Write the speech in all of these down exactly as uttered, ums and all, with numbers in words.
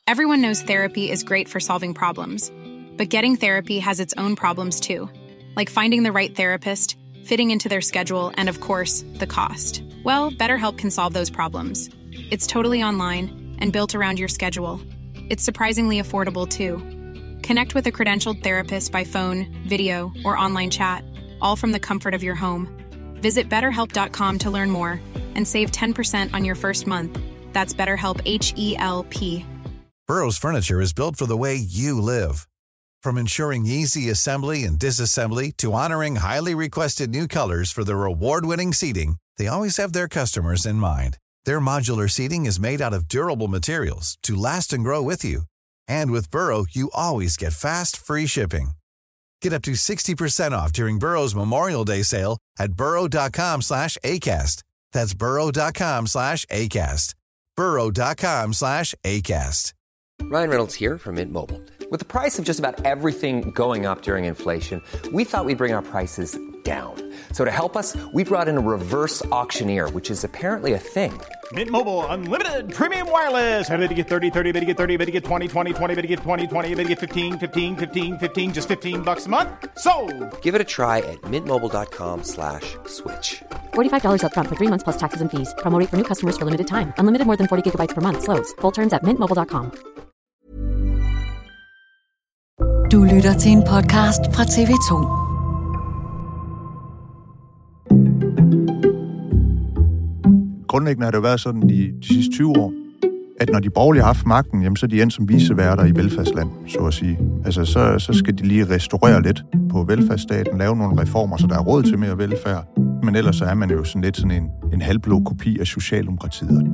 Everyone knows therapy is great for solving problems, but getting therapy has its own problems too, like finding the right therapist, fitting into their schedule, and of course, the cost. Well, BetterHelp can solve those problems. It's totally online and built around your schedule. It's surprisingly affordable too. Connect with a credentialed therapist by phone, video, or online chat, all from the comfort of your home. Visit better help dot com to learn more and save ten percent on your first month. That's BetterHelp, H E L P. Burrow's furniture is built for the way you live. From ensuring easy assembly and disassembly to honoring highly requested new colors for their award-winning seating, they always have their customers in mind. Their modular seating is made out of durable materials to last and grow with you. And with Burrow, you always get fast, free shipping. Get up to sixty percent off during Burrow's Memorial Day sale at burrow dot com slash ACAST. That's burrow dot com slash ACAST. burrow dot com slash ACAST. Ryan Reynolds here from Mint Mobile. With the price of just about everything going up during inflation, we thought we'd bring our prices down. So to help us, we brought in a reverse auctioneer, which is apparently a thing. Mint Mobile Unlimited Premium Wireless. How to get thirty, thirty, how to get thirty, how to get twenty, twenty, twenty, how to get twenty, twenty, how to get fifteen, fifteen, fifteen, fifteen, just fifteen bucks a month? Sold! Give it a try at mintmobile.com slash switch. forty-five dollars up front for three months plus taxes and fees. Promo rate for new customers for limited time. Unlimited more than forty gigabytes per month. Slows full terms at mint mobile dot com. Du lytter til en podcast fra T V to. Grundlæggende har det jo været sådan de, de sidste tyve år, at når de borgerlige har haft magten, jamen, så er de endt som viceværter i velfærdsland, så at sige. Altså, så, så skal de lige restaurere lidt på velfærdsstaten, lave nogle reformer, så der er råd til mere velfærd. Men ellers så er man jo sådan lidt sådan en, en halvblå kopi af Socialdemokratiet.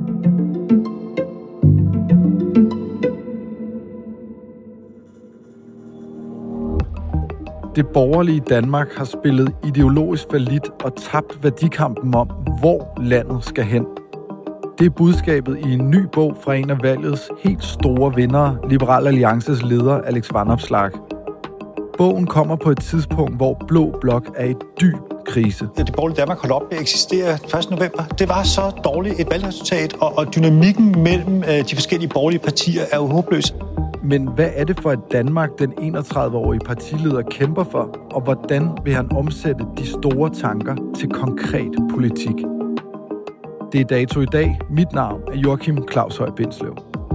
Det borgerlige Danmark har spillet ideologisk fallit og tabt værdikampen om, hvor landet skal hen. Det er budskabet i en ny bog fra en af valgets helt store vindere, Liberal Alliances leder Alex Vanopslagh. Bogen kommer på et tidspunkt, hvor Blå Blok er i dyb krise. Da det borgerlige Danmark holdt op med at eksistere første november, det var så dårligt et valgresultat, og, og dynamikken mellem øh, de forskellige borgerlige partier er jo håbløs. Men hvad er det for et Danmark, den enogtredive-årige partileder kæmper for, og hvordan vil han omsætte de store tanker til konkret politik? Det er Dato i dag. Mit navn er Joachim Claus Høj Bindslev.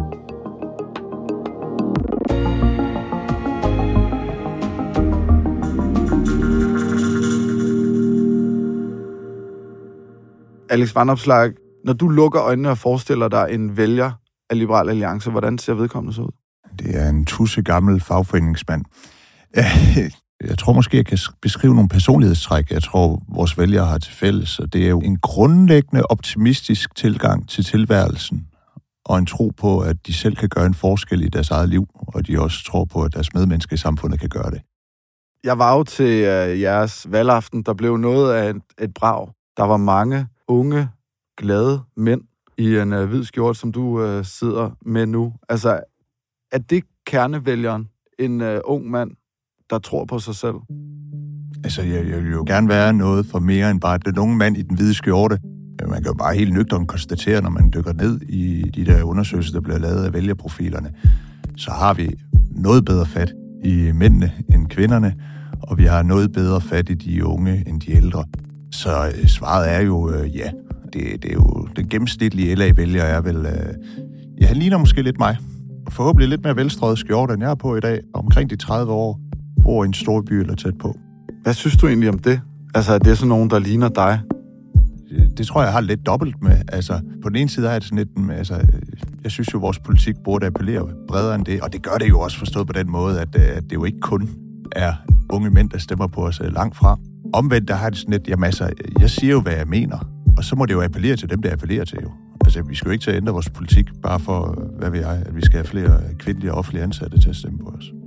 Alex Vanopslagh, når du lukker øjnene og forestiller dig en vælger af Liberal Alliance, hvordan ser vedkommende så ud? Det er en tusse gammel fagforeningsmand. Jeg tror måske, jeg kan beskrive nogle personlighedstræk, jeg tror, vores vælgere har til fælles. Og det er jo en grundlæggende optimistisk tilgang til tilværelsen, og en tro på, at de selv kan gøre en forskel i deres eget liv, og de også tror på, at deres medmennesker i samfundet kan gøre det. Jeg var jo til uh, jeres valgaften, der blev noget af et, et brag. Der var mange unge, glade mænd i en uh, hvid skjort, som du uh, sidder med nu. Altså, er det kernevælgeren, en uh, ung mand, der tror på sig selv? Altså, jeg, jeg vil jo gerne være noget for mere end bare den unge mand i den hvide skjorte. Man kan jo bare helt nøgternt konstatere, når man dykker ned i de der undersøgelser, der bliver lavet af vælgerprofilerne, så har vi noget bedre fat i mændene end kvinderne, og vi har noget bedre fat i de unge end de ældre. Så øh, svaret er jo øh, ja. Det, det er jo den gennemsnitlige L A-vælger er vel... Øh, ja, han ligner måske lidt mig. Forhåbentlig lidt mere velstrøget skjorte, end jeg er på i dag. Omkring de tredive år, bor i en stor by eller tæt på. Hvad synes du egentlig om det? Altså, er det sådan nogen, der ligner dig? Det, det tror jeg har lidt dobbelt med. Altså, på den ene side er det sådan lidt... Med, altså, jeg synes jo, vores politik burde appellere bredere end det. Og det gør det jo også forstået på den måde, at, at det jo ikke kun er unge mænd, der stemmer på os langt fra. Omvendt, der har det sådan lidt... Jamen altså, jeg siger jo, hvad jeg mener. Og så må det jo appellere til dem, der appellerer til jo. Altså, vi skal jo ikke til at ændre vores politik, bare for, hvad ved jeg, at vi skal have flere kvindelige og offentlige ansatte til at stemme på os.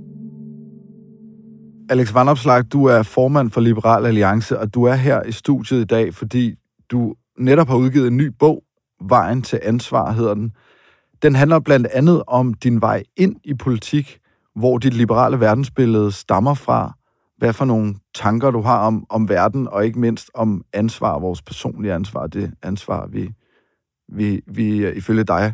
Alex Vanopslagh, du er formand for Liberal Alliance, og du er her i studiet i dag, fordi du netop har udgivet en ny bog, Vejen til ansvar hedder den. Den handler blandt andet om din vej ind i politik, hvor dit liberale verdensbillede stammer fra, hvad for nogle tanker du har om, om verden, og ikke mindst om ansvar, vores personlige ansvar, det ansvar, vi, vi, vi ifølge dig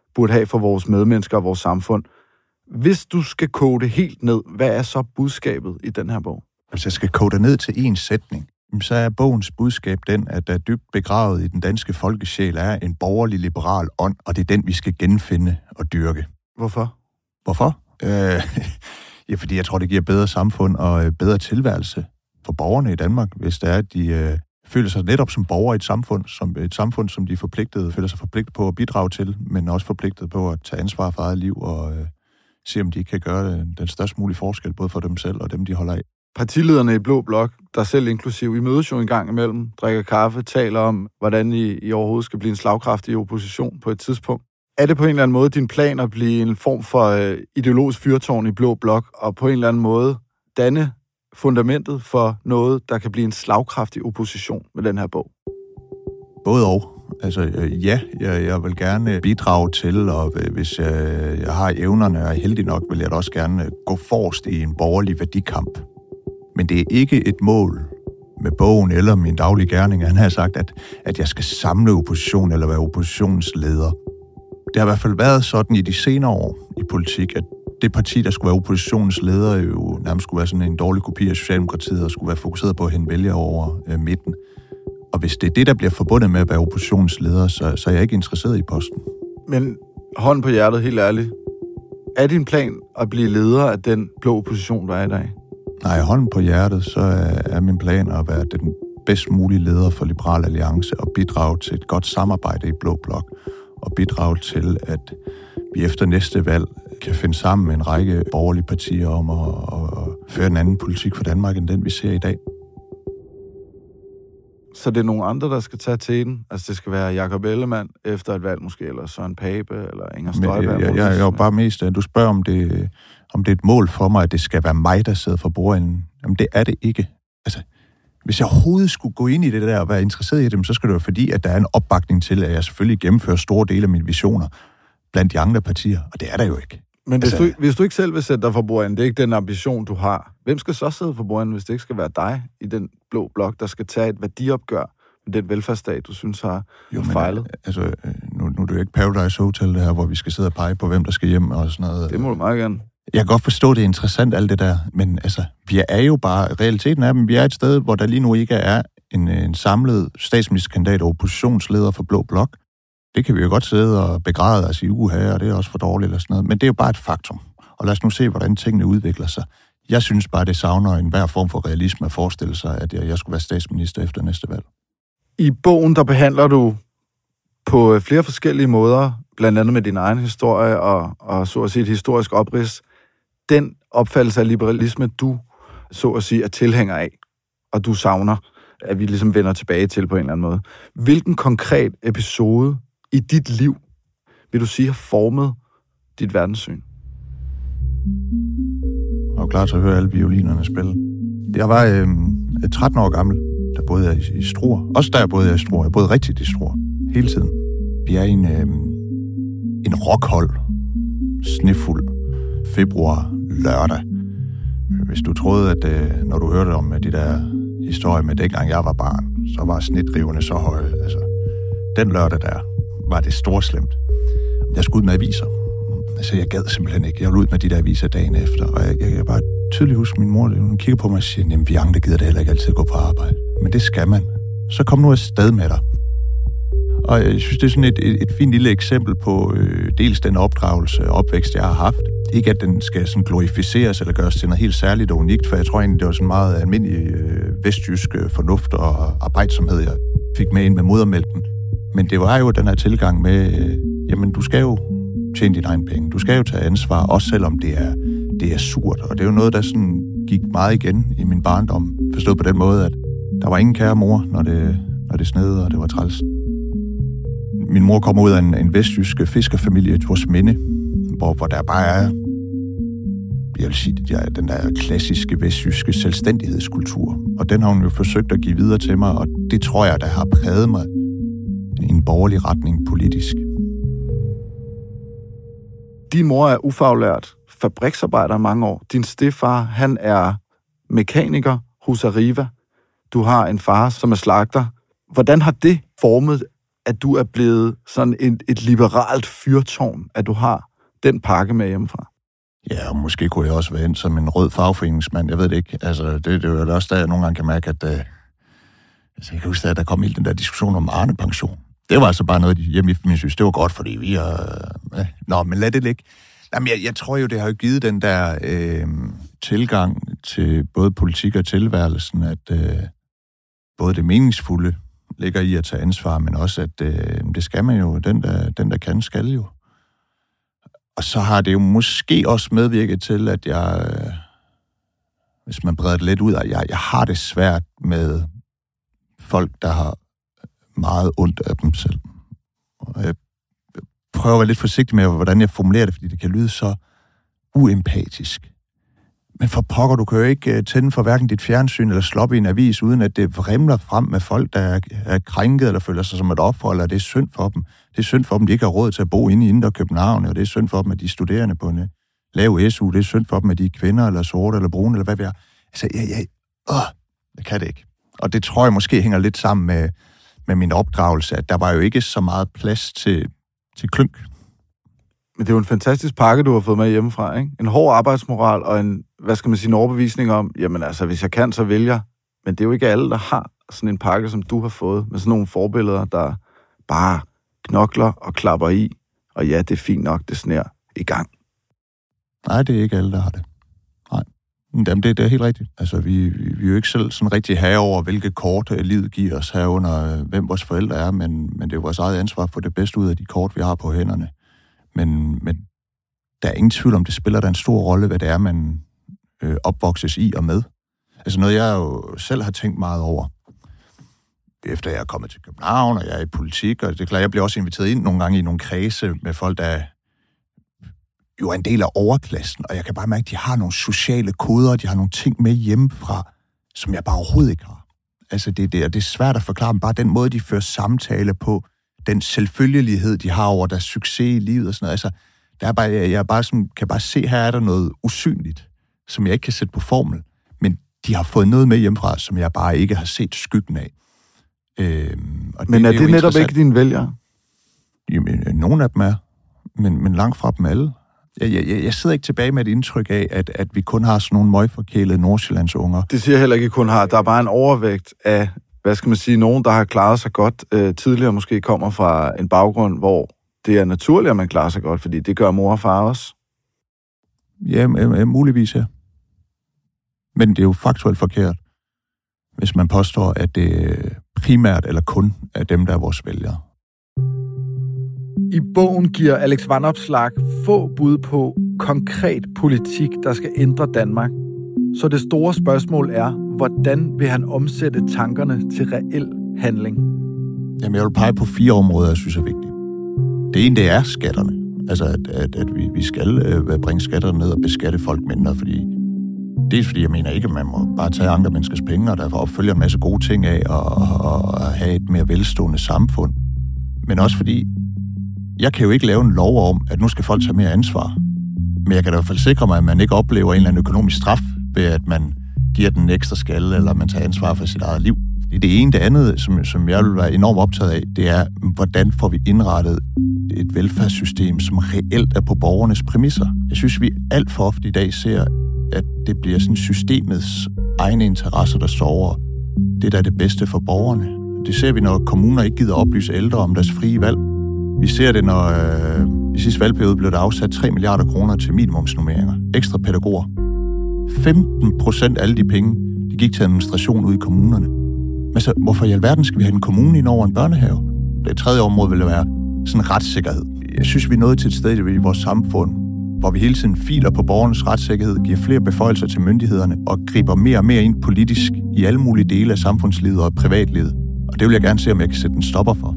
burde have for vores medmennesker og vores samfund. Hvis du skal koge det helt ned, hvad er så budskabet i den her bog? Hvis jeg skal koge det ned til én sætning, så er bogens budskab den, at der dybt begravet i den danske folkesjæl er en borgerlig liberal ånd, og det er den, vi skal genfinde og dyrke. Hvorfor? Hvorfor? Øh, ja, fordi jeg tror, det giver bedre samfund og bedre tilværelse for borgerne i Danmark, hvis det er, at de øh, føler sig netop som borgere i et samfund, som et samfund, som de er forpligtet, føler sig forpligtet på at bidrage til, men også forpligtet på at tage ansvar for eget liv og øh, se, om de kan gøre den størst mulige forskel, både for dem selv og dem, de holder af. Partilederne i Blå Blok, der selv inklusiv, I mødes jo en gang imellem, drikker kaffe, taler om, hvordan I, I overhovedet skal blive en slagkraftig opposition på et tidspunkt. Er det på en eller anden måde din plan at blive en form for øh, ideologisk fyrtårn i Blå Blok, og på en eller anden måde danne fundamentet for noget, der kan blive en slagkraftig opposition med den her bog? Både og. Altså, ja, jeg, jeg vil gerne bidrage til, og hvis jeg, jeg har evnerne og er heldig nok, vil jeg da også gerne gå forrest i en borgerlig værdikamp. Men det er ikke et mål med bogen eller min daglige gerning. Han har sagt, at, at jeg skal samle opposition eller være oppositionens leder. Det har i hvert fald været sådan i de senere år i politik, at det parti, der skulle være oppositionens leder, jo nærmest skulle være sådan en dårlig kopi af Socialdemokratiet og skulle være fokuseret på at hente vælgere over øh, midten. Og hvis det er det, der bliver forbundet med at være oppositionens leder, så, så er jeg ikke interesseret i posten. Men hånden på hjertet, helt ærligt. Er din plan at blive leder af den blå opposition, der er i dag? Nej, hånden på hjertet, så er, er min plan at være den bedst mulige leder for Liberal Alliance og bidrage til et godt samarbejde i Blå Blok og bidrage til, at vi efter næste valg kan finde sammen med en række borgerlige partier om at, at, at føre en anden politik for Danmark, end den vi ser i dag. Så det er nogle andre, der skal tage til den? Altså det skal være Jakob Ellemann efter et valg måske, eller Søren Pape, eller Inger Støjberg? Jeg, jeg, jeg er jo bare mest, at du spørger, om det, om det er et mål for mig, at det skal være mig, der sidder for bordenden. Jamen det er det ikke. Altså, hvis jeg overhovedet skulle gå ind i det der og være interesseret i dem, så skal det være fordi, at der er en opbakning til, at jeg selvfølgelig gennemfører store dele af mine visioner blandt de andre partier, og det er der jo ikke. Men hvis, altså, du, hvis du ikke selv vil sætte dig for bordenden, det er ikke den ambition, du har. Hvem skal så sidde for bordenden, hvis det ikke skal være dig i den blå blok, der skal tage et værdiopgør med den velfærdsstat, du synes har jo, men, fejlet? Altså, nu, nu er det jo ikke Paradise Hotel, det her, hvor vi skal sidde og pege på, hvem der skal hjem og sådan noget. Det må du meget gerne. Jeg kan godt forstå, det er interessant, alt det der, men altså, vi er jo bare, realiteten er, at vi er et sted, hvor der lige nu ikke er en, en samlet statsministerkandidat og oppositionsleder for Blå Blok. Det kan vi jo godt sidde og begræde os i uge, og det er også for dårligt eller sådan noget, men det er jo bare et faktum. Og lad os nu se, hvordan tingene udvikler sig. Jeg synes bare, det savner en hver form for realisme at forestille sig, at jeg, jeg skulle være statsminister efter næste valg. I bogen, der behandler du på flere forskellige måder, blandt andet med din egen historie og, og så at sige et historisk oprids, den opfattelse af liberalisme, du så at sige er tilhænger af, og du savner, at vi ligesom vender tilbage til på en eller anden måde. Hvilken konkret episode i dit liv, vil du sige, har formet dit verdenssyn? Jeg var klar til at høre alle violinerne spille. Jeg var øh, tretten år gammel, der boede jeg i, i Struer. Også der boede jeg i Struer. Jeg boede rigtigt i Struer. Hele tiden. Vi er i en, øh, en rockhold. Snefuld. Februar lørdag. Hvis du troede, at øh, når du hørte om de der historier med dengang jeg var barn, så var snedriverne så høje. Altså, den lørdag der var det storslemt. Jeg skulle ud med aviser. Altså, jeg gad simpelthen ikke. Jeg ville ud med de der aviser dagen efter, og jeg, jeg kan bare tydeligt huske min mor, hun kigger på mig og siger, jamen, vi andre gider det heller ikke altid gå på arbejde. Men det skal man. Så kom nu afsted med dig. Og jeg synes, det er sådan et, et, et fint lille eksempel på øh, dels den opdragelse og opvækst, jeg har haft. Ikke at den skal sådan glorificeres eller gøres til noget helt særligt og unikt, for jeg tror egentlig, det var sådan meget almindelig øh, vestjysk fornuft og arbejdsomhed, jeg fik med ind med modermælken. Men det var jo den her tilgang med, øh, jamen du skal jo tjene dine egne penge. Du skal jo tage ansvar, også selvom det er, det er surt. Og det er jo noget, der sådan gik meget igen i min barndom. Forstået på den måde, at der var ingen kære mor, når det, når det snede, og det var træls. Min mor kommer ud af en, en vestjysk fiskerfamilie i Torsminde, hvor, hvor der bare er, jeg vil sige, det er den der klassiske vestjyske selvstændighedskultur. Og den har hun jo forsøgt at give videre til mig, og det tror jeg, der har præget mig i en borgerlig retning politisk. Din mor er ufaglært fabriksarbejder mange år. Din stedfar, han er mekaniker hos Arriva. Du har en far, som er slagter. Hvordan har det formet, at du er blevet sådan et, et liberalt fyrtårn, at du har den pakke med hjemmefra? Ja, og måske kunne jeg også være ind som en rød fagforeningsmand. Jeg ved det ikke. Altså, det, det er jo også der, jeg nogle gange kan mærke, at... Uh, altså, jeg kan huske, at der kom hele den der diskussion om Arne-pension. Det var altså bare noget, hjemme i min synes, det var godt, fordi vi er... Uh, nå, men lad det ligge. Jamen, jeg, jeg tror jo, det har jo givet den der øh, tilgang til både politik og tilværelsen, at øh, både det meningsfulde ligger i at tage ansvar, men også, at øh, det skal man jo, den der, den der kan, skal jo. Og så har det jo måske også medvirket til, at jeg, øh, hvis man breder det lidt ud, at jeg, jeg har det svært med folk, der har meget ondt af dem selv. Og jeg prøver at være lidt forsigtig med, hvordan jeg formulerer det, fordi det kan lyde så uempatisk. Men for pokker, du kan jo ikke tænde for hverken dit fjernsyn eller slå op i en avis, uden at det vrimler frem med folk, der er, er krænket eller føler sig som et offer, eller det er synd for dem. Det er synd for dem, de ikke har råd til at bo inde i Indre København, og det er synd for dem, at de er studerende på en lav S U. Det er synd for dem, at de er kvinder, eller sorte, eller brune, eller hvad vi er. Altså, jeg, jeg, åh, jeg kan det ikke. Og det tror jeg måske hænger lidt sammen med, med min opdragelse, at der var jo ikke så meget plads til, til klynk. Men det er jo en fantastisk pakke, du har fået med hjemmefra, ikke? En hård arbejdsmoral og en, hvad skal man sige, en overbevisning om, jamen altså, hvis jeg kan, så vil jeg. Men det er jo ikke alle, der har sådan en pakke, som du har fået, med sådan nogle forbilleder, der bare knokler og klapper i, og ja, det er fint nok, det sner i gang. Nej, det er ikke alle, der har det. Nej. Jamen, det, det er helt rigtigt. Altså, vi, vi, vi er jo ikke selv sådan rigtig herre over, hvilke kort livet giver os herunder, hvem vores forældre er, men, men det er vores eget ansvar for det bedste ud af de kort, vi har på hænderne. Men, men der er ingen tvivl om, det spiller der en stor rolle, hvad det er, man øh, opvokses i og med. Altså noget, jeg jo selv har tænkt meget over, efter jeg er kommet til København, og jeg er i politik, og det er klart, jeg bliver også inviteret ind nogle gange i nogle kredse med folk, der jo er en del af overklassen, og jeg kan bare mærke, at de har nogle sociale koder, de har nogle ting med hjemmefra, som jeg bare overhovedet ikke har. Altså det, det, det er svært at forklare, men bare den måde, de fører samtale på, den selvfølgelighed, de har over deres succes i livet og sådan noget. Altså, der er bare, jeg, jeg bare sådan, kan bare se, her er der noget usynligt, som jeg ikke kan sætte på formel. Men de har fået noget med hjemmefra, som jeg bare ikke har set skyggen af. Øhm, og men det, er det, det netop ikke dine vælgere? Jamen, nogle af dem er, men, men langt fra dem alle. Jeg, jeg, jeg sidder ikke tilbage med et indtryk af, at, at vi kun har sådan nogle møgforkælede Nordsjællands unger. Det siger heller ikke, at kun har. Der er bare en overvægt af, hvad skal man sige, nogen, der har klaret sig godt øh, tidligere, måske kommer fra en baggrund, hvor det er naturligt, at man klarer sig godt, fordi det gør mor og far også. Ja, muligvis, ja. Men det er jo faktuelt forkert, hvis man påstår, at det primært eller kun er dem, der er vores vælgere. I bogen giver Alex Vanopslagh få bud på konkret politik, der skal ændre Danmark. Så det store spørgsmål er, hvordan vil han omsætte tankerne til reel handling? Jamen, jeg vil pege på fire områder, jeg synes er vigtige. Det ene, det er skatterne. Altså, at, at, at vi, vi skal øh, bringe skatterne ned og beskatte folk mindre, fordi dels fordi jeg mener ikke, at man må bare tage andre menneskers penge, og derfor opfølger en masse gode ting af og, og, og have et mere velstående samfund. Men også fordi, jeg kan jo ikke lave en lov om, at nu skal folk tage mere ansvar. Men jeg kan da i hvert fald sikre mig, at man ikke oplever en eller anden økonomisk straf ved, at man giver den ekstra skalle, eller man tager ansvar for sit eget liv. Det er det ene. Det andet, som, som jeg vil være enormt optaget af, det er, hvordan får vi indrettet et velfærdssystem, som reelt er på borgernes præmisser. Jeg synes, vi alt for ofte i dag ser, at det bliver sådan systemets egne interesser, der står over det, der er det bedste for borgerne. Det ser vi, når kommuner ikke gider oplyse ældre om deres frie valg. Vi ser det, når øh, i sidste valgperiode blev der afsat tre milliarder kroner til minimumsnormeringer. Ekstra pædagoger. femten procent af alle de penge, de gik til administration ude i kommunerne. Men så, hvorfor i alverden skal vi have en kommune ind over en børnehave? Det tredje område vil være sådan retssikkerhed. Jeg synes, vi er nået til et sted i vores samfund, hvor vi hele tiden filer på borgernes retssikkerhed, giver flere beføjelser til myndighederne og griber mere og mere ind politisk i alle mulige dele af samfundslivet og privatlivet. Og det vil jeg gerne se, om jeg kan sætte en stopper for.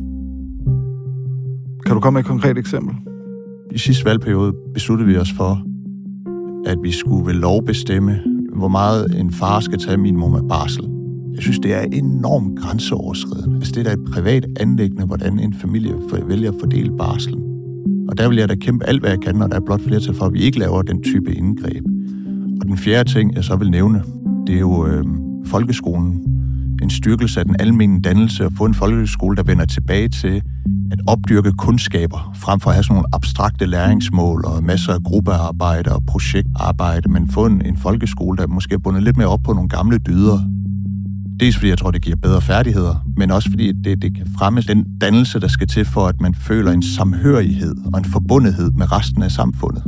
Kan du komme med et konkret eksempel? I sidste valgperiode besluttede vi os for, at vi skulle ved lov bestemme, hvor meget en far skal tage minimum af barsel. Jeg synes, det er enormt grænseoverskridende. Altså, det er da et privat anliggende, hvordan en familie vælger at fordele barselen. Og der vil jeg da kæmpe alt, hvad jeg kan, når der er blot flertal for, at vi ikke laver den type indgreb. Og den fjerde ting, jeg så vil nævne, det er jo øh, folkeskolen. En styrkelse af den almene dannelse, og få en folkeskole, der vender tilbage til at opdyrke kundskaber, frem for at have sådan nogle abstrakte læringsmål og masser af gruppearbejde og projektarbejde, men få en, en folkeskole, der måske er bundet lidt mere op på nogle gamle dyder. Dels fordi jeg tror, det giver bedre færdigheder, men også fordi det, det kan fremme den dannelse, der skal til for, at man føler en samhørighed og en forbundethed med resten af samfundet.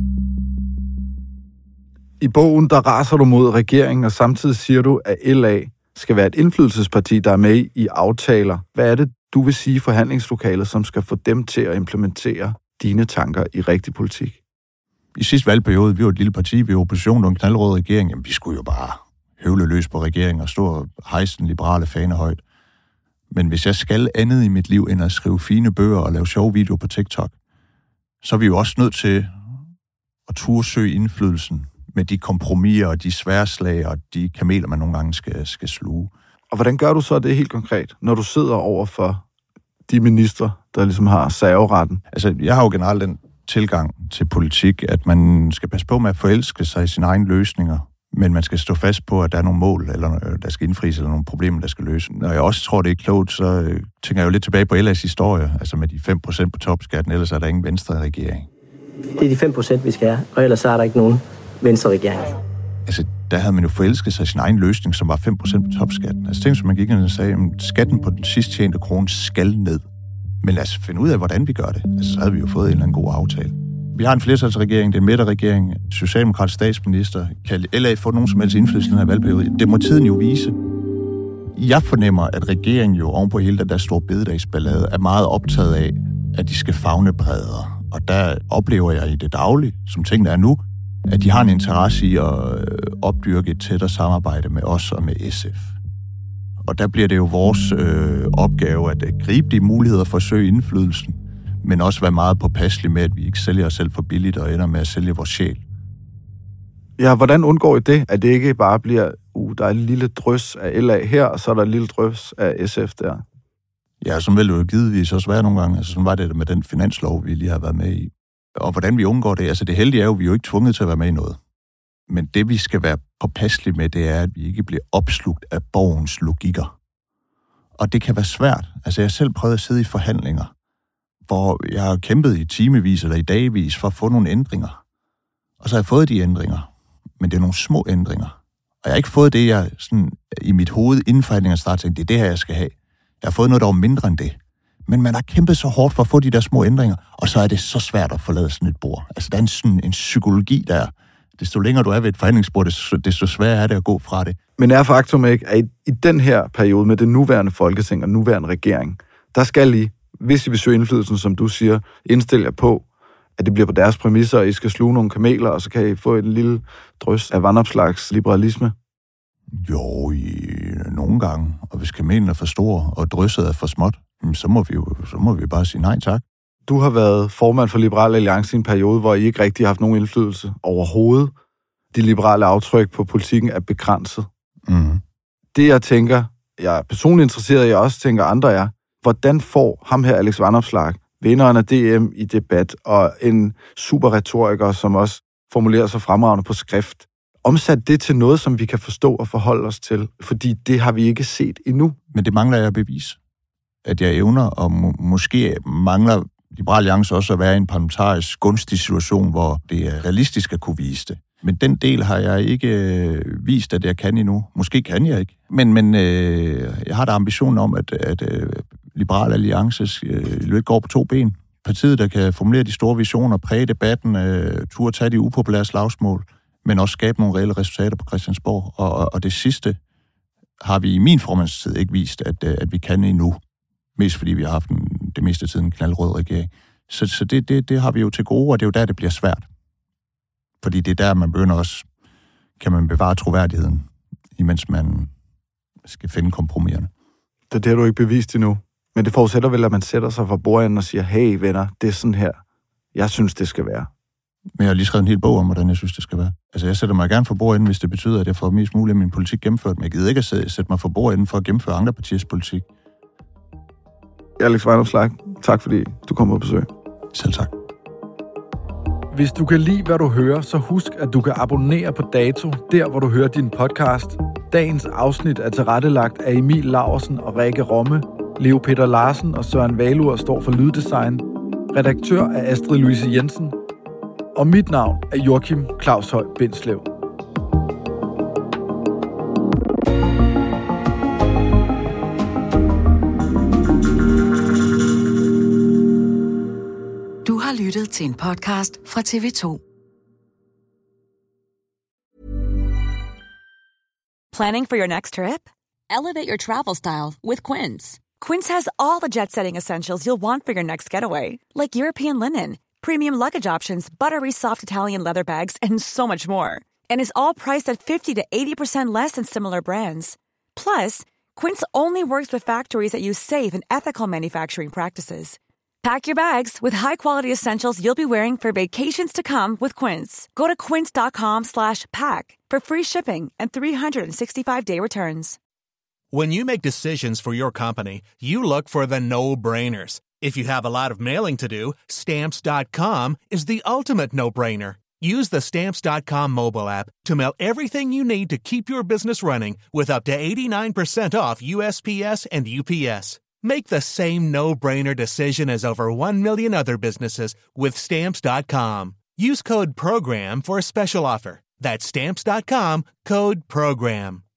I bogen, der raser du mod regeringen, og samtidig siger du, at L A skal være et indflydelsesparti, der er med i aftaler. Hvad er det, du vil sige i forhandlingslokalet, som skal få dem til at implementere dine tanker i rigtig politik? I sidste valgperiode, vi var et lille parti, vi var opposition og en knaldrød regering, jamen vi skulle jo bare høvle løs på regeringen og stå og hejse den liberale fane højt. Men hvis jeg skal andet i mit liv, end at skrive fine bøger og lave sjove videoer på TikTok, så er vi jo også nødt til at turde søge indflydelsen med de kompromiser og de sværslag og de kameler, man nogle gange skal, skal sluge. Og hvordan gør du så det helt konkret, når du sidder over for de ministre, der ligesom har serveretten? Altså, jeg har jo generelt den tilgang til politik, at man skal passe på med at forelske sig i sine egne løsninger, men man skal stå fast på, at der er nogle mål, eller der skal indfries, eller nogle problemer, der skal løses. Når jeg også tror, det er klogt, så tænker jeg jo lidt tilbage på L A's historie, altså med de fem procent på topskatten, ellers er der ingen venstre regering. Det er de fem procent, vi skal have, og ellers er der ikke nogen venstre regering. Altså, der havde man jo forelsket sig i sin egen løsning, som var fem procent på topskatten. Altså, tænk, som man gik ind og sagde, at skatten på den sidst tjente krone skal ned. Men lad os finde ud af, hvordan vi gør det. Altså, så havde vi jo fået en eller anden god aftale. Vi har en flertalsregering, det er en midterregering, socialdemokratisk statsminister. Kan L A få nogen som helst indflydelse i den her valgperiode? Det må tiden jo vise. Jeg fornemmer, at regeringen jo ovenpå hele den der store bededagsballade er meget optaget af, at de skal favne bredere. Og der oplever jeg i det daglige, som tingene er nu, at de har en interesse i at opdyrke et tættere samarbejde med os og med S F. Og der bliver det jo vores øh, opgave at gribe de muligheder for at søge indflydelsen, men også være meget påpasselige med, at vi ikke sælger os selv for billigt og ender med at sælge vores sjæl. Ja, hvordan undgår I det, at det ikke bare bliver, uh, der er et lille drøs af L A her, og så er der et lille drøs af S F der? Ja, sådan vil det jo givetvis også være nogle gange. Altså, sådan var det med den finanslov, vi lige har været med i. Og hvordan vi undgår det, altså det heldige er jo, at vi er jo ikke tvunget til at være med i noget. Men det, vi skal være påpasselige med, det er, at vi ikke bliver opslugt af borgens logikker. Og det kan være svært. Altså, jeg har selv prøvet at sidde i forhandlinger, hvor jeg har kæmpet i timevis eller i dagvis for at få nogle ændringer. Og så har jeg fået de ændringer, men det er nogle små ændringer. Og jeg har ikke fået det, jeg sådan, i mit hoved inden forhandlingerne starter, tænkte, det er det her, jeg skal have. Jeg har fået noget, der var mindre end det. Men man har kæmpet så hårdt for at få de der små ændringer, og så er det så svært at forlade sådan et bord. Altså, der er en, sådan en psykologi der. Desto længere du er ved et forhandlingsbord, desto sværere er det at gå fra det. Men er faktum ikke, at i den her periode med det nuværende folketing og nuværende regering, der skal I, hvis I vil søge indflydelsen, som du siger, indstille jer på, at det bliver på deres præmisser, og I skal sluge nogle kameler, og så kan I få en lille drøs af vandopslags liberalisme? Jo, i nogle gange. Og hvis kamelen er for stor, og drysset er for småt, så må vi jo så må vi bare sige nej tak. Du har været formand for Liberal Alliance i en periode, hvor I ikke rigtig har haft nogen indflydelse overhovedet. De liberale aftryk på politikken er begrænset. Mm. Det, jeg tænker, jeg er personligt interesseret i, jeg også tænker andre er, hvordan får ham her, Alex Vanopslagh, vinderen af D M i debat, og en super retoriker, som også formulerer sig fremragende på skrift, omsat det til noget, som vi kan forstå og forholde os til, fordi det har vi ikke set endnu. Men det mangler jeg at bevise, at jeg evner, og må, måske mangler Liberal Alliance også at være i en parlamentarisk gunstig situation, hvor det er realistisk at kunne vise det. Men den del har jeg ikke øh, vist, at jeg kan endnu. Måske kan jeg ikke. Men, men øh, jeg har da ambitionen om, at, at øh, Liberal Alliances øh, løb går på to ben. Partiet, der kan formulere de store visioner, præge debatten, øh, turde tage de upopulære slagsmål, men også skabe nogle reelle resultater på Christiansborg. Og, og, og det sidste har vi i min formandstid ikke vist, at, at vi kan endnu. Mest fordi vi har haft en, det meste af tiden en knaldrød regering. Så, så det, det, det har vi jo til gode, og det er jo der, det bliver svært. Fordi det er der, man begynder også, kan man bevare troværdigheden, imens man skal finde kompromiserne. Det er det, har du ikke bevist endnu. Men det forudsætter vel, at man sætter sig for bordenden og siger, hey venner, det er sådan her, jeg synes, det skal være. Men jeg har lige skrevet en hel bog om, hvordan jeg synes, det skal være. Altså, jeg sætter mig gerne for bordenden, hvis det betyder, at jeg får mest muligt af min politik gennemført. Men jeg gider ikke at sætte mig for bordenden for at gennemføre andre partiers politik. Alex Vanopslagh, tak fordi du kom på besøg. Selv tak. Hvis du kan lide, hvad du hører, så husk, at du kan abonnere på Dato, der hvor du hører din podcast. Dagens afsnit er tilrettelagt af Emil Laursen og Rikke Romme. Leo Peter Larsen og Søren Valur står for lyddesign. Redaktør er Astrid Louise Jensen. Og mit navn er Joachim Claus Høj Bindslev. Du har lyttet til en podcast fra T V to. Planning for your next trip? Elevate your travel style with Quince. Quince has all the jet-setting essentials you'll want for your next getaway, like European linen, premium luggage options, buttery soft Italian leather bags, and so much more. And is all priced at fifty to eighty percent less than similar brands. Plus, Quince only works with factories that use safe and ethical manufacturing practices. Pack your bags with high-quality essentials you'll be wearing for vacations to come with Quince. Go to quince.com slash pack for free shipping and three sixty-five day returns. When you make decisions for your company, you look for the no-brainers. If you have a lot of mailing to do, Stamps dot com is the ultimate no-brainer. Use the Stamps dot com mobile app to mail everything you need to keep your business running with up to eighty-nine percent off U S P S and U P S. Make the same no-brainer decision as over one million other businesses with Stamps dot com. Use code PROGRAM for a special offer. That's Stamps dot com, code PROGRAM.